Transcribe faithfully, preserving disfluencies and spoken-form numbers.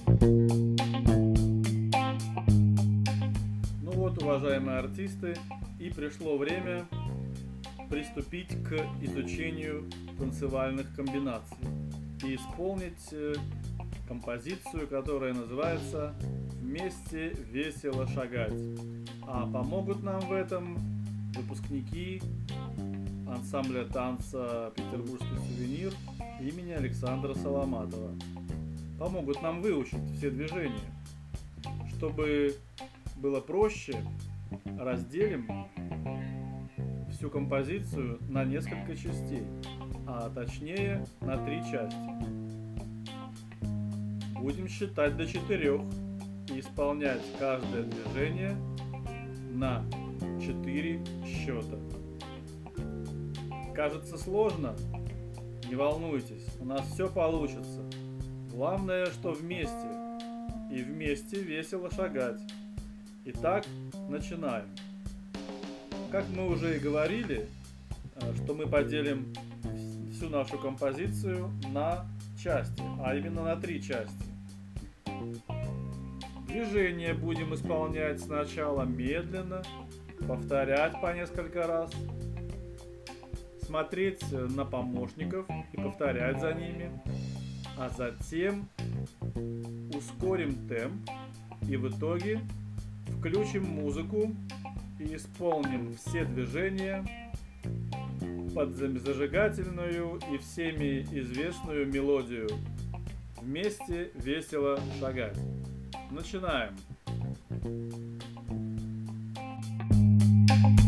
Ну вот, уважаемые артисты, и пришло время приступить к изучению танцевальных комбинаций и исполнить композицию, которая называется «Вместе весело шагать». А помогут нам в этом выпускники ансамбля танца «Петербургский сувенир» имени Александра Соломатова. Помогут нам выучить все движения. Чтобы было проще, разделим всю композицию на несколько частей, а точнее на три части. Будем считать до четырех и исполнять каждое движение на четыре счета. Кажется сложно? Не волнуйтесь, у нас все получится. Главное, что вместе, и вместе весело шагать. Итак, начинаем. Как мы уже и говорили, что мы поделим всю нашу композицию на части, а именно на три части. Движение будем исполнять сначала медленно, повторять по несколько раз, смотреть на помощников и повторять за ними, а затем ускорим темп и в итоге включим музыку и исполним все движения под зажигательную и всеми известную мелодию «Вместе весело шагать». Начинаем!